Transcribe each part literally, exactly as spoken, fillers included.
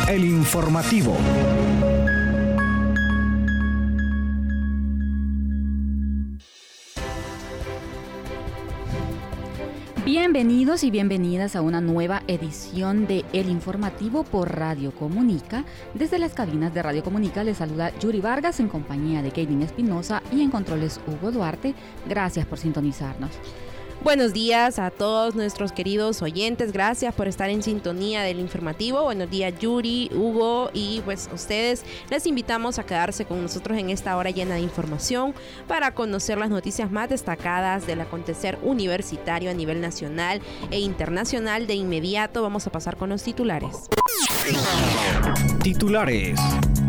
El informativo. Bienvenidos y bienvenidas a una nueva edición de El Informativo por Radio Comunica. Desde las cabinas de Radio Comunica les saluda Yuri Vargas en compañía de Kaylin Espinosa y en controles Hugo Duarte. Gracias por sintonizarnos. Buenos días a todos nuestros queridos oyentes, gracias por estar en sintonía del informativo. Buenos días Yuri, Hugo y pues ustedes. Les invitamos a quedarse con nosotros en esta hora llena de información para conocer las noticias más destacadas del acontecer universitario a nivel nacional e internacional. De inmediato vamos a pasar con los titulares. Titulares.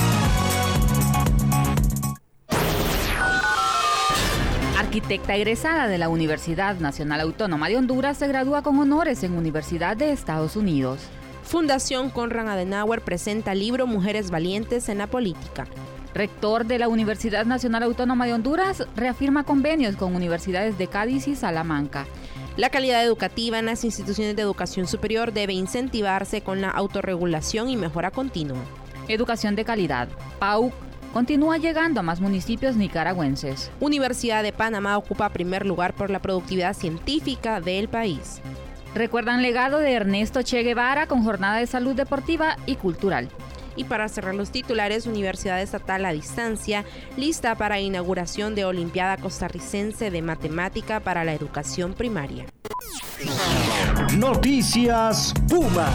Arquitecta egresada de la Universidad Nacional Autónoma de Honduras se gradúa con honores en Universidad de Estados Unidos. Fundación Konrad Adenauer presenta libro Mujeres Valientes en la Política. Rector de la Universidad Nacional Autónoma de Honduras reafirma convenios con universidades de Cádiz y Salamanca. La calidad educativa en las instituciones de educación superior debe incentivarse con la autorregulación y mejora continua. Educación de calidad. P A U C continúa llegando a más municipios nicaragüenses. Universidad de Panamá ocupa primer lugar por la productividad científica del país. Recuerdan legado de Ernesto Che Guevara con jornada de salud deportiva y cultural. Y para cerrar los titulares, Universidad Estatal a Distancia, lista para inauguración de Olimpiada Costarricense de Matemática para la Educación Primaria. Noticias Puma.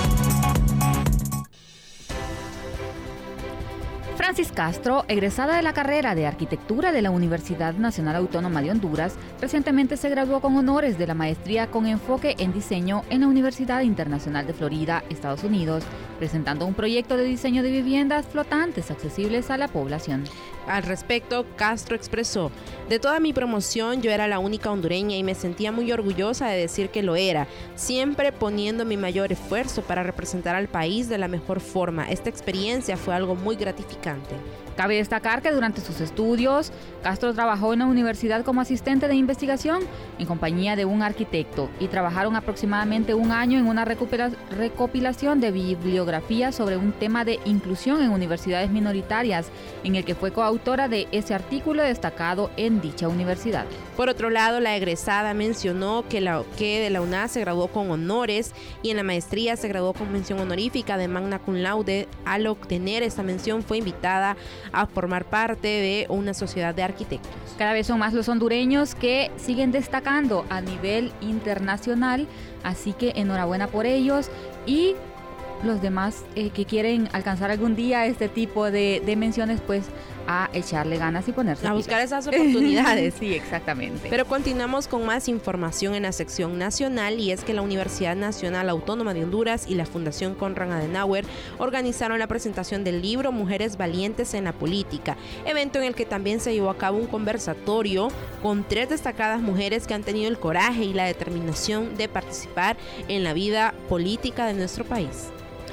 Francis Castro, egresada de la carrera de Arquitectura de la Universidad Nacional Autónoma de Honduras, recientemente se graduó con honores de la maestría con enfoque en diseño en la Universidad Internacional de Florida, Estados Unidos, presentando un proyecto de diseño de viviendas flotantes accesibles a la población. Al respecto, Castro expresó: de toda mi promoción yo era la única hondureña y me sentía muy orgullosa de decir que lo era, siempre poniendo mi mayor esfuerzo para representar al país de la mejor forma. Esta experiencia fue algo muy gratificante. Cabe destacar que durante sus estudios, Castro trabajó en la universidad como asistente de investigación en compañía de un arquitecto y trabajaron aproximadamente un año en una recupera- recopilación de bibliografía sobre un tema de inclusión en universidades minoritarias, en el que fue coautora de ese artículo destacado en dicha universidad. Por otro lado, la egresada mencionó que, la, que de la U N A se graduó con honores y en la maestría se graduó con mención honorífica de magna cum laude. Al obtener esta mención fue invitada a formar parte de una sociedad de arquitectos. Cada vez son más los hondureños que siguen destacando a nivel internacional, así que enhorabuena por ellos y los demás eh, que quieren alcanzar algún día este tipo de, de menciones, pues a echarle ganas y ponerse a pilas. buscar esas oportunidades. Sí, exactamente. Pero continuamos con más información en la sección nacional, y es que la Universidad Nacional Autónoma de Honduras y la Fundación Konrad Adenauer organizaron la presentación del libro Mujeres Valientes en la Política, evento en el que también se llevó a cabo un conversatorio con tres destacadas mujeres que han tenido el coraje y la determinación de participar en la vida política de nuestro país.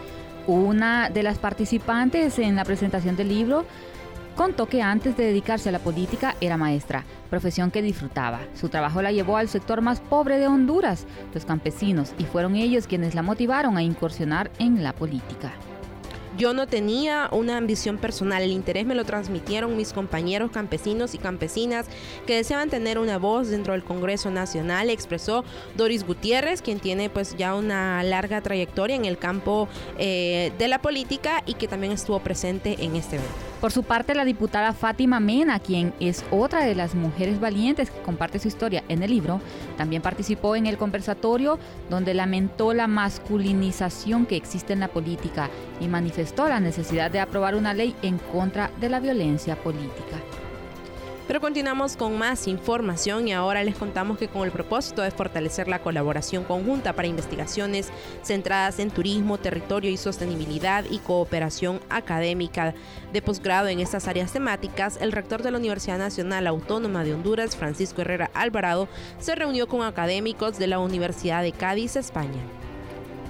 Una de las participantes en la presentación del libro contó que antes de dedicarse a la política era maestra, profesión que disfrutaba. Su trabajo la llevó al sector más pobre de Honduras, los campesinos, y fueron ellos quienes la motivaron a incursionar en la política. Yo no tenía una ambición personal, el interés me lo transmitieron mis compañeros campesinos y campesinas que deseaban tener una voz dentro del Congreso Nacional, expresó Doris Gutiérrez, quien tiene pues ya una larga trayectoria en el campo eh, de la política y que también estuvo presente en este evento. Por su parte, la diputada Fátima Mena, quien es otra de las mujeres valientes que comparte su historia en el libro, también participó en el conversatorio donde lamentó la masculinización que existe en la política y manifestó la necesidad de aprobar una ley en contra de la violencia política. Pero continuamos con más información y ahora les contamos que con el propósito de fortalecer la colaboración conjunta para investigaciones centradas en turismo, territorio y sostenibilidad y cooperación académica de posgrado en estas áreas temáticas, el rector de la Universidad Nacional Autónoma de Honduras, Francisco Herrera Alvarado, se reunió con académicos de la Universidad de Cádiz, España.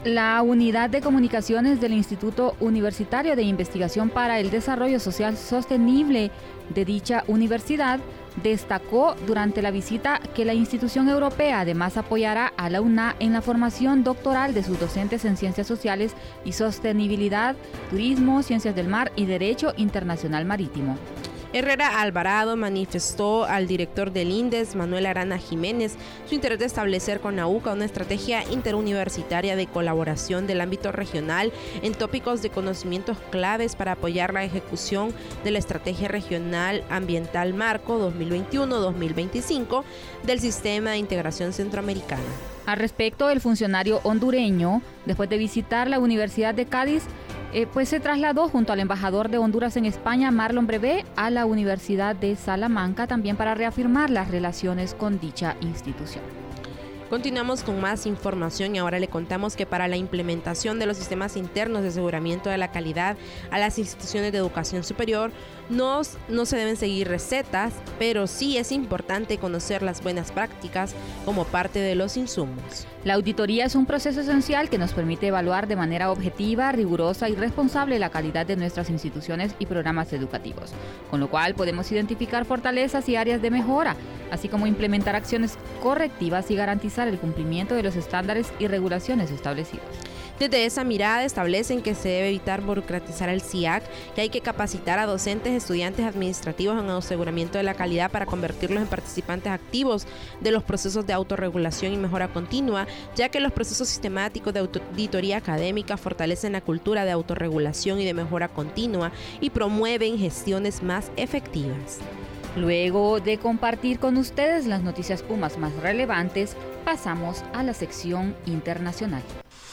La Unidad de Comunicaciones del Instituto Universitario de Investigación para el Desarrollo Social Sostenible de dicha universidad destacó durante la visita que la institución europea además apoyará a la U N A en la formación doctoral de sus docentes en Ciencias Sociales y Sostenibilidad, Turismo, Ciencias del Mar y Derecho Internacional Marítimo. Herrera Alvarado manifestó al director del INDES, Manuel Arana Jiménez, su interés de establecer con la U C A una estrategia interuniversitaria de colaboración del ámbito regional en tópicos de conocimientos claves para apoyar la ejecución de la Estrategia Regional Ambiental Marco dos mil veintiuno a dos mil veinticinco del Sistema de Integración Centroamericana. Al respecto, el funcionario hondureño, después de visitar la Universidad de Cádiz, Eh, pues se trasladó junto al embajador de Honduras en España, Marlon Brevé, a la Universidad de Salamanca, también para reafirmar las relaciones con dicha institución. Continuamos con más información y ahora le contamos que para la implementación de los sistemas internos de aseguramiento de la calidad a las instituciones de educación superior no, no se deben seguir recetas, pero sí es importante conocer las buenas prácticas como parte de los insumos. La auditoría es un proceso esencial que nos permite evaluar de manera objetiva, rigurosa y responsable la calidad de nuestras instituciones y programas educativos, con lo cual podemos identificar fortalezas y áreas de mejora, así como implementar acciones correctivas y garantizar el cumplimiento de los estándares y regulaciones establecidos. Desde esa mirada establecen que se debe evitar burocratizar el C I A C, que hay que capacitar a docentes, estudiantes administrativos en aseguramiento de la calidad para convertirlos en participantes activos de los procesos de autorregulación y mejora continua, ya que los procesos sistemáticos de auditoría académica fortalecen la cultura de autorregulación y de mejora continua y promueven gestiones más efectivas. Luego de compartir con ustedes las noticias Pumas más relevantes, pasamos a la sección internacional.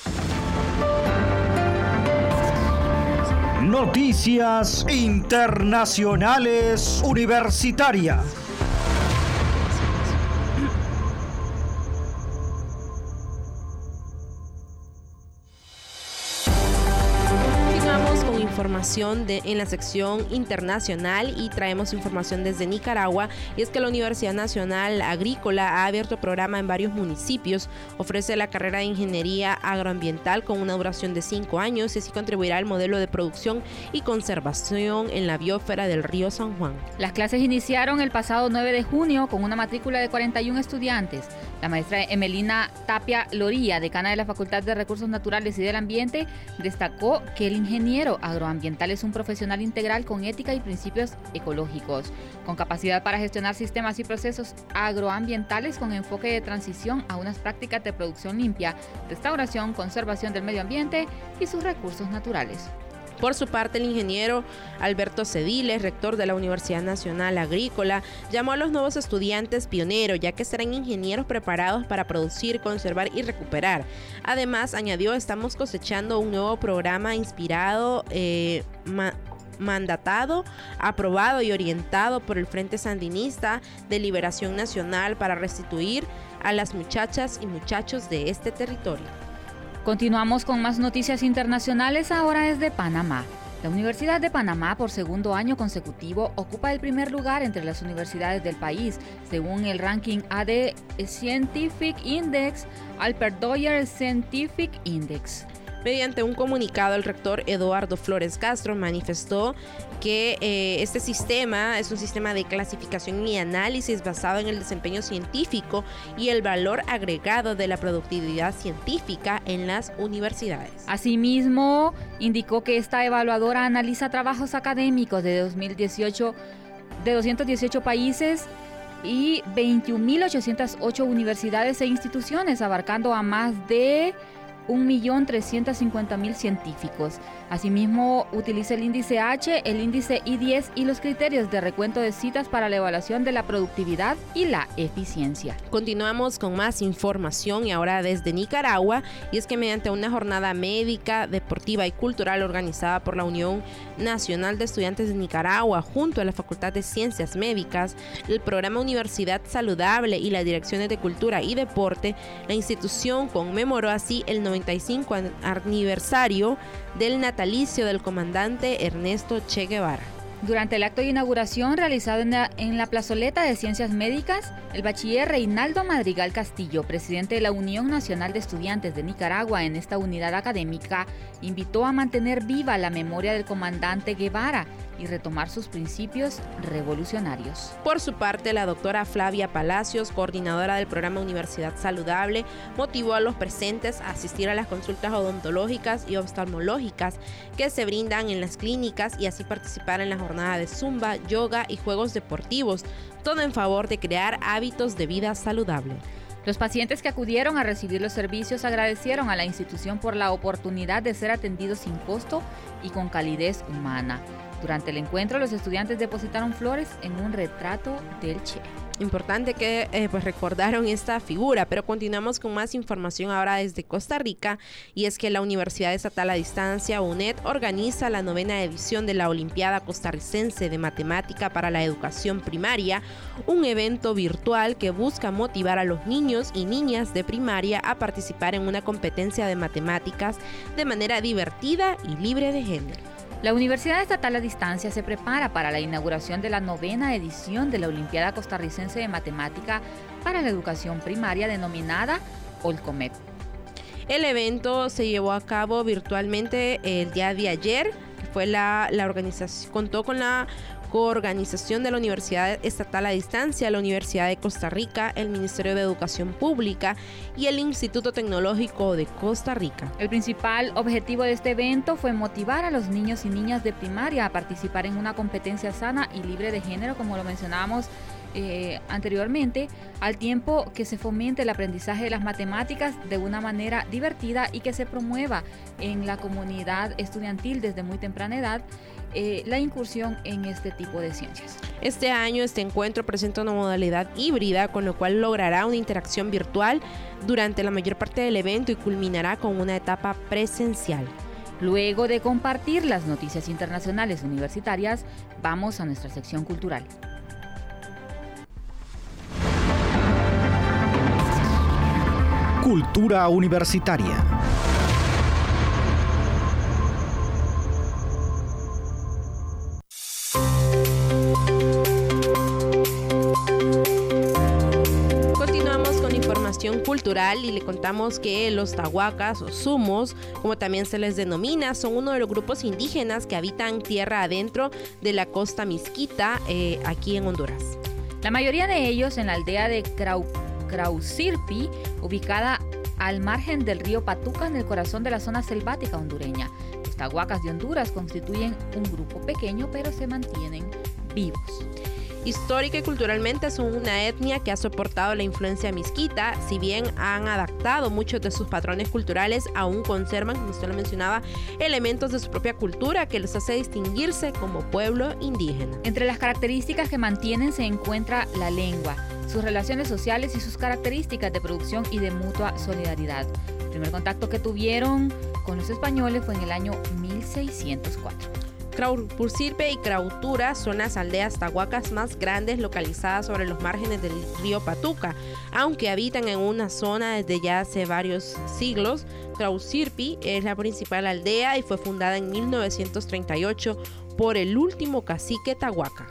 Noticias Internacionales Universitarias. Información de, en la sección internacional y traemos información desde Nicaragua, y es que la Universidad Nacional Agrícola ha abierto programa en varios municipios, ofrece la carrera de Ingeniería Agroambiental con una duración de cinco años y así contribuirá al modelo de producción y conservación en la biosfera del río San Juan. Las clases iniciaron el pasado nueve de junio con una matrícula de cuarenta y uno estudiantes. La maestra Emelina Tapia Loría, decana de la Facultad de Recursos Naturales y del Ambiente, destacó que el ingeniero agroambiental es un profesional integral con ética y principios ecológicos, con capacidad para gestionar sistemas y procesos agroambientales con enfoque de transición a unas prácticas de producción limpia, restauración, conservación del medio ambiente y sus recursos naturales. Por su parte, el ingeniero Alberto Cediles, rector de la Universidad Nacional Agrícola, llamó a los nuevos estudiantes pioneros, ya que serán ingenieros preparados para producir, conservar y recuperar. Además, añadió, estamos cosechando un nuevo programa inspirado, eh, ma- mandatado, aprobado y orientado por el Frente Sandinista de Liberación Nacional para restituir a las muchachas y muchachos de este territorio. Continuamos con más noticias internacionales, ahora desde Panamá. La Universidad de Panamá, por segundo año consecutivo, ocupa el primer lugar entre las universidades del país, según el ranking A D Scientific Index, Alpert Doyer Scientific Index. Mediante un comunicado, el rector Eduardo Flores Castro manifestó que eh, este sistema es un sistema de clasificación y análisis basado en el desempeño científico y el valor agregado de la productividad científica en las universidades. Asimismo, indicó que esta evaluadora analiza trabajos académicos de dos mil dieciocho de doscientos dieciocho países y veintiún mil ochocientas ocho universidades e instituciones, abarcando a más de un millón trescientos cincuenta mil científicos. Asimismo, utiliza el índice H, el índice I diez y los criterios de recuento de citas para la evaluación de la productividad y la eficiencia. Continuamos con más información y ahora desde Nicaragua, y es que mediante una jornada médica, deportiva y cultural organizada por la Unión Nacional de Estudiantes de Nicaragua junto a la Facultad de Ciencias Médicas, el programa Universidad Saludable y las Direcciones de Cultura y Deporte, la institución conmemoró así el noventa y cinco aniversario del natalicio del comandante Ernesto Che Guevara. Durante el acto de inauguración realizado en la, en la plazoleta de Ciencias Médicas, el bachiller Reinaldo Madrigal Castillo, presidente de la Unión Nacional de Estudiantes de Nicaragua en esta unidad académica, invitó a mantener viva la memoria del comandante Guevara y retomar sus principios revolucionarios. Por su parte, la doctora Flavia Palacios, coordinadora del programa Universidad Saludable, motivó a los presentes a asistir a las consultas odontológicas y oftalmológicas que se brindan en las clínicas y así participar en la jornada de zumba, yoga y juegos deportivos, todo en favor de crear hábitos de vida saludable. Los pacientes que acudieron a recibir los servicios agradecieron a la institución por la oportunidad de ser atendidos sin costo y con calidez humana. Durante el encuentro, los estudiantes depositaron flores en un retrato del Che. Importante que eh, pues recordaron esta figura, pero continuamos con más información ahora desde Costa Rica, y es que la Universidad Estatal a Distancia, U N E D, organiza la novena edición de la Olimpiada Costarricense de Matemática para la Educación Primaria, un evento virtual que busca motivar a los niños y niñas de primaria a participar en una competencia de matemáticas de manera divertida y libre de género. La Universidad Estatal a Distancia se prepara para la inauguración de la novena edición de la Olimpiada Costarricense de Matemática para la Educación Primaria denominada OLCOMEP. El evento se llevó a cabo virtualmente el día de ayer, que fue la, la organización, contó con la coorganización de la Universidad Estatal a Distancia, la Universidad de Costa Rica, el Ministerio de Educación Pública y el Instituto Tecnológico de Costa Rica. El principal objetivo de este evento fue motivar a los niños y niñas de primaria a participar en una competencia sana y libre de género, como lo mencionábamos eh, anteriormente, al tiempo que se fomente el aprendizaje de las matemáticas de una manera divertida y que se promueva en la comunidad estudiantil desde muy temprana edad Eh, la incursión en este tipo de ciencias. Este año este encuentro presenta una modalidad híbrida, con lo cual logrará una interacción virtual durante la mayor parte del evento y culminará con una etapa presencial. Luego de compartir las noticias internacionales universitarias, vamos a nuestra sección cultural. Cultura universitaria. Cultural y le contamos que los tahuacas o sumos, como también se les denomina, son uno de los grupos indígenas que habitan tierra adentro de la costa Mixquita, eh, aquí en Honduras. La mayoría de ellos en la aldea de Crau, Craucirpi, ubicada al margen del río Patuca, en el corazón de la zona selvática hondureña. Los tahuacas de Honduras constituyen un grupo pequeño, pero se mantienen vivos. Histórica y culturalmente son una etnia que ha soportado la influencia mixquita. Si bien han adaptado muchos de sus patrones culturales, aún conservan, como usted lo mencionaba, elementos de su propia cultura que los hace distinguirse como pueblo indígena. Entre las características que mantienen se encuentra la lengua, sus relaciones sociales y sus características de producción y de mutua solidaridad. El primer contacto que tuvieron con los españoles fue en el año mil seiscientos cuatro. Craucirpi y Crautura son las aldeas tahuacas más grandes localizadas sobre los márgenes del río Patuca. Aunque habitan en una zona desde ya hace varios siglos, Craucirpi es la principal aldea y fue fundada en mil novecientos treinta y ocho por el último cacique tahuaca.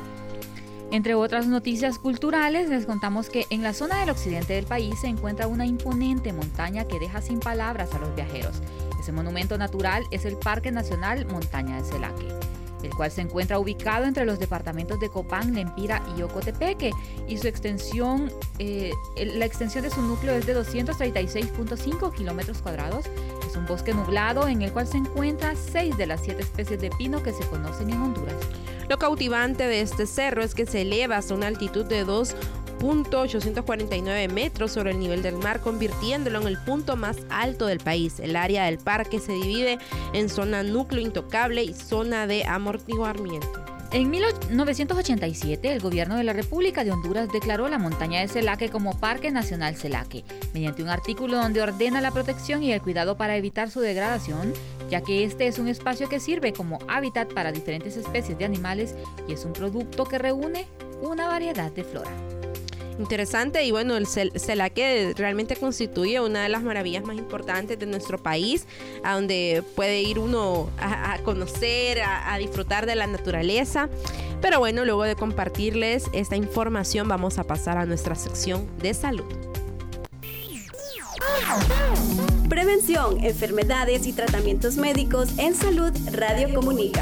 Entre otras noticias culturales, les contamos que en la zona del occidente del país se encuentra una imponente montaña que deja sin palabras a los viajeros. Ese monumento natural es el Parque Nacional Montaña de Celaque, el cual se encuentra ubicado entre los departamentos de Copán, Lempira y Ocotepeque, y su extensión, eh, la extensión de su núcleo es de doscientos treinta y seis punto cinco kilómetros cuadrados. Es un bosque nublado en el cual se encuentran seis de las siete especies de pino que se conocen en Honduras. Lo cautivante de este cerro es que se eleva hasta una altitud de dos punto ochocientos cuarenta y nueve metros sobre el nivel del mar, convirtiéndolo en el punto más alto del país. El área del parque se divide en zona núcleo intocable y zona de amortiguamiento. En mil novecientos ochenta y siete, el gobierno de la República de Honduras declaró la montaña de Celaque como Parque Nacional Celaque, mediante un artículo donde ordena la protección y el cuidado para evitar su degradación, ya que este es un espacio que sirve como hábitat para diferentes especies de animales y es un producto que reúne una variedad de flora. Interesante, y bueno, el Celaque realmente constituye una de las maravillas más importantes de nuestro país, a donde puede ir uno a, a conocer, a, a disfrutar de la naturaleza. Pero bueno, luego de compartirles esta información, vamos a pasar a nuestra sección de salud. Prevención, enfermedades y tratamientos médicos en salud. Radio Comunica.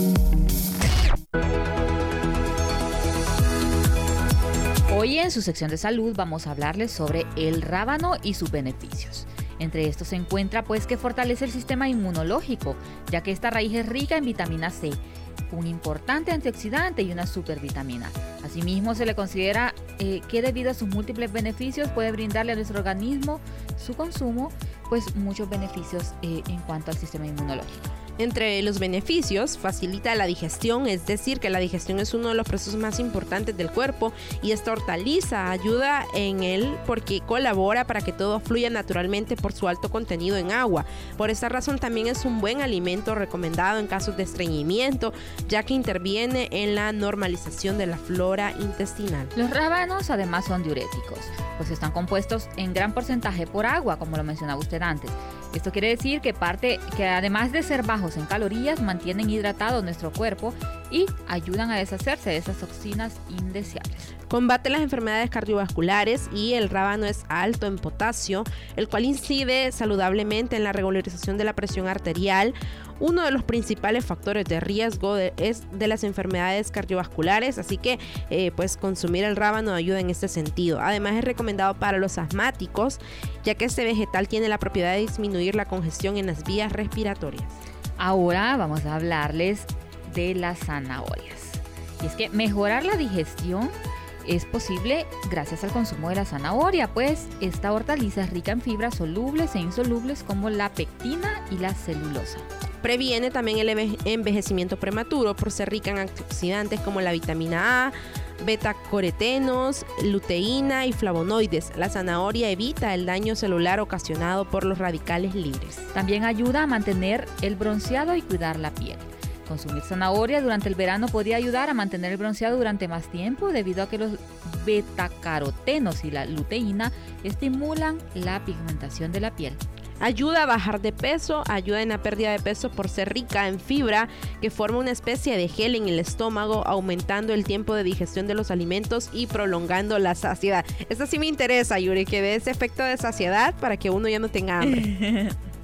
Hoy en su sección de salud vamos a hablarles sobre el rábano y sus beneficios. Entre estos se encuentra pues que fortalece el sistema inmunológico, ya que esta raíz es rica en vitamina C, un importante antioxidante y una supervitamina. Asimismo, se le considera eh, que debido a sus múltiples beneficios puede brindarle a nuestro organismo su consumo, pues muchos beneficios eh, en cuanto al sistema inmunológico. Entre los beneficios, facilita la digestión, es decir, que la digestión es uno de los procesos más importantes del cuerpo, y esta hortaliza ayuda en él porque colabora para que todo fluya naturalmente por su alto contenido en agua. Por esta razón también es un buen alimento recomendado en casos de estreñimiento, ya que interviene en la normalización de la flora intestinal. Los rábanos además son diuréticos, pues están compuestos en gran porcentaje por agua, como lo mencionaba usted antes. Esto quiere decir que parte que además de ser bajos en calorías, mantienen hidratado nuestro cuerpo y ayudan a deshacerse de esas toxinas indeseables. Combate las enfermedades cardiovasculares, y el rábano es alto en potasio, el cual incide saludablemente en la regularización de la presión arterial. Uno de los principales factores de riesgo de, es de las enfermedades cardiovasculares, así que eh, pues consumir el rábano ayuda en este sentido. Además, es recomendado para los asmáticos, ya que este vegetal tiene la propiedad de disminuir la congestión en las vías respiratorias. Ahora vamos a hablarles de las zanahorias. Y es que mejorar la digestión es posible gracias al consumo de la zanahoria, pues esta hortaliza es rica en fibras solubles e insolubles como la pectina y la celulosa. Previene también el envejecimiento prematuro por ser rica en antioxidantes como la vitamina A, betacarotenos, luteína y flavonoides. La zanahoria evita el daño celular ocasionado por los radicales libres. También ayuda a mantener el bronceado y cuidar la piel. Consumir zanahoria durante el verano podría ayudar a mantener el bronceado durante más tiempo, debido a que los betacarotenos y la luteína estimulan la pigmentación de la piel. Ayuda a bajar de peso, ayuda en la pérdida de peso por ser rica en fibra, que forma una especie de gel en el estómago, aumentando el tiempo de digestión de los alimentos y prolongando la saciedad. Esto sí me interesa, Yuri, que dé ese efecto de saciedad para que uno ya no tenga hambre.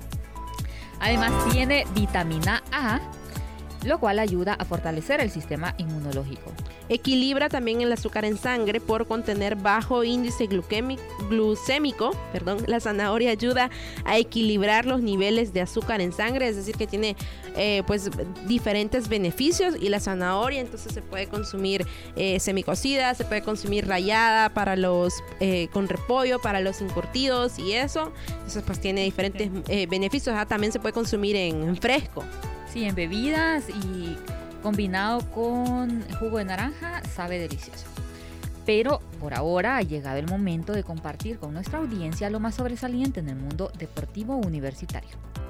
Además tiene vitamina A, lo cual ayuda a fortalecer el sistema inmunológico. Equilibra también el azúcar en sangre por contener bajo índice glucémico. Perdón, la zanahoria ayuda a equilibrar los niveles de azúcar en sangre, es decir, que tiene eh, pues diferentes beneficios. Y la zanahoria entonces se puede consumir eh, semicocida, se puede consumir rallada para los eh, con repollo, para los encurtidos y eso. Entonces pues tiene diferentes eh, beneficios. Ah, también se puede consumir en, en fresco. Sí, en bebidas y combinado con jugo de naranja sabe delicioso. Pero por ahora ha llegado el momento de compartir con nuestra audiencia lo más sobresaliente en el mundo deportivo universitario.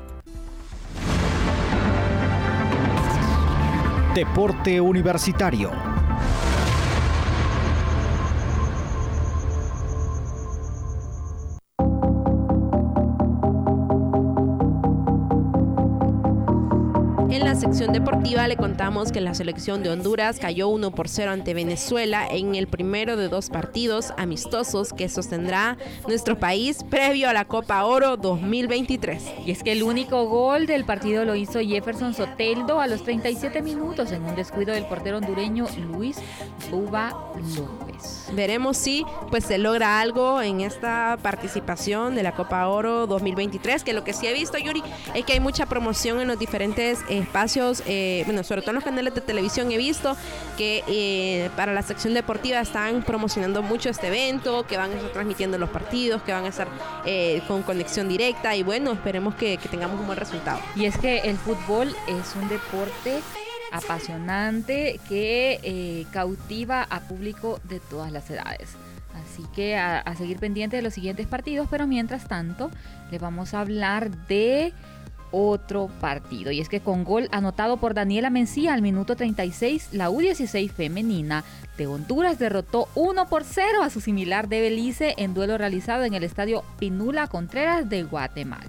Deporte universitario. En la sección deportiva le contamos que la selección de Honduras cayó uno por cero ante Venezuela en el primero de dos partidos amistosos que sostendrá nuestro país previo a la Copa Oro dos mil veintitrés. Y es que el único gol del partido lo hizo Jefferson Soteldo a los treinta y siete minutos en un descuido del portero hondureño Luis Uva López. Veremos si pues se logra algo en esta participación de la Copa Oro dos mil veintitrés, que lo que sí he visto, Yuri, es que hay mucha promoción en los diferentes eh, espacios, eh, bueno, sobre todo en los canales de televisión he visto que eh, para la sección deportiva están promocionando mucho este evento, que van a estar transmitiendo los partidos, que van a estar eh, con conexión directa, y bueno, esperemos que, que tengamos un buen resultado. Y es que el fútbol es un deporte apasionante que eh, cautiva a público de todas las edades. Así que a, a seguir pendiente de los siguientes partidos, pero mientras tanto les vamos a hablar de otro partido. Y es que con gol anotado por Daniela Mencía al minuto treinta y seis, la U dieciséis femenina de Honduras derrotó uno por cero a su similar de Belice en duelo realizado en el estadio Pinula Contreras de Guatemala.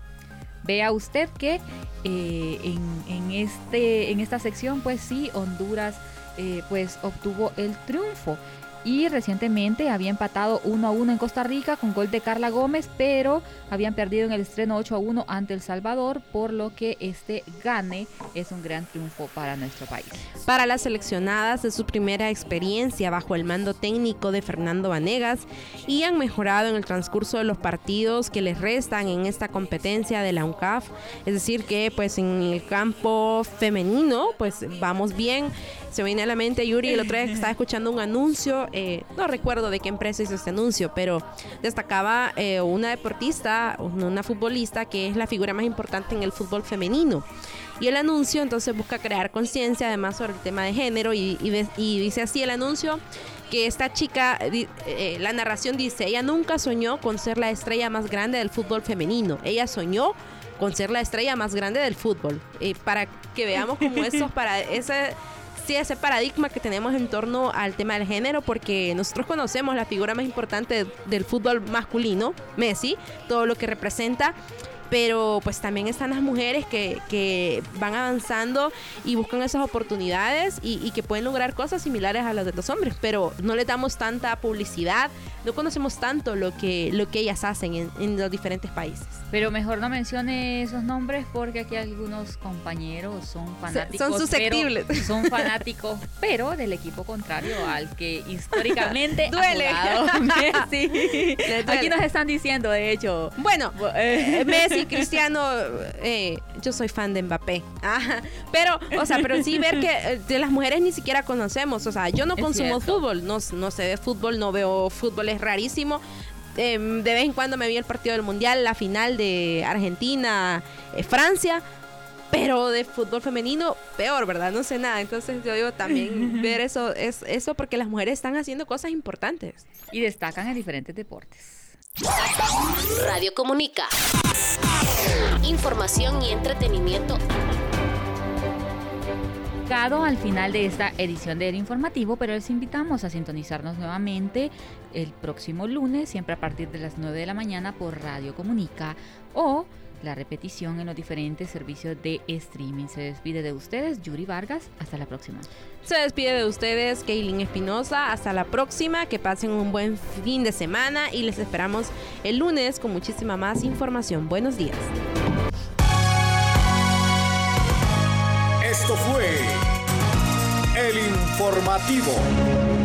Vea usted que eh, en, en, este, en esta sección, pues sí, Honduras eh, pues obtuvo el triunfo. Y recientemente había empatado uno a uno en Costa Rica con gol de Carla Gómez, pero habían perdido en el estreno ocho a uno ante El Salvador, por lo que este gane es un gran triunfo para nuestro país. Para las seleccionadas es su primera experiencia bajo el mando técnico de Fernando Vanegas y han mejorado en el transcurso de los partidos que les restan en esta competencia de la UNCAF. Es decir que pues en el campo femenino pues vamos bien. Se me viene a la mente, Yuri, el otro día que estaba escuchando un anuncio, eh, no recuerdo de qué empresa hizo este anuncio, pero destacaba eh, una deportista, una futbolista que es la figura más importante en el fútbol femenino. Y el anuncio entonces busca crear conciencia además sobre el tema de género y, y, y dice así el anuncio, que esta chica, eh, la narración dice, ella nunca soñó con ser la estrella más grande del fútbol femenino, ella soñó con ser la estrella más grande del fútbol. Eh, para que veamos como esos, para ese... Sí, ese paradigma que tenemos en torno al tema del género, porque nosotros conocemos la figura más importante del fútbol masculino, Messi, todo lo que representa, pero pues también están las mujeres que, que van avanzando y buscan esas oportunidades y, y que pueden lograr cosas similares a las de los hombres, pero no les damos tanta publicidad, no conocemos tanto lo que, lo que ellas hacen en, en los diferentes países. Pero mejor no mencione esos nombres porque aquí algunos compañeros son fanáticos. Son susceptibles. Pero, son fanáticos, pero del equipo contrario al que históricamente duele. Ha jugado Messi. Aquí nos están diciendo, de hecho. Bueno, eh, Messi, Cristiano, eh, yo soy fan de Mbappé. Ah, pero, o sea, pero sí ver que eh, de las mujeres ni siquiera conocemos. O sea, yo no es consumo cierto. fútbol, no, no sé de fútbol, no veo fútbol, es rarísimo. Eh, de vez en cuando me vi el partido del Mundial, la final de Argentina, eh, Francia, pero de fútbol femenino, peor, ¿verdad? No sé nada. Entonces yo digo también ver eso, es eso porque las mujeres están haciendo cosas importantes. Y destacan en diferentes deportes. Radio Comunica. Información y entretenimiento. Al final de esta edición del informativo, pero les invitamos a sintonizarnos nuevamente el próximo lunes, siempre a partir de las nueve de la mañana por Radio Comunica o la repetición en los diferentes servicios de streaming. Se despide de ustedes Yuri Vargas, hasta la próxima. Se despide de ustedes Kaylin Espinosa, hasta la próxima, que pasen un buen fin de semana y les esperamos el lunes con muchísima más información. Buenos días. Esto fue El Informativo.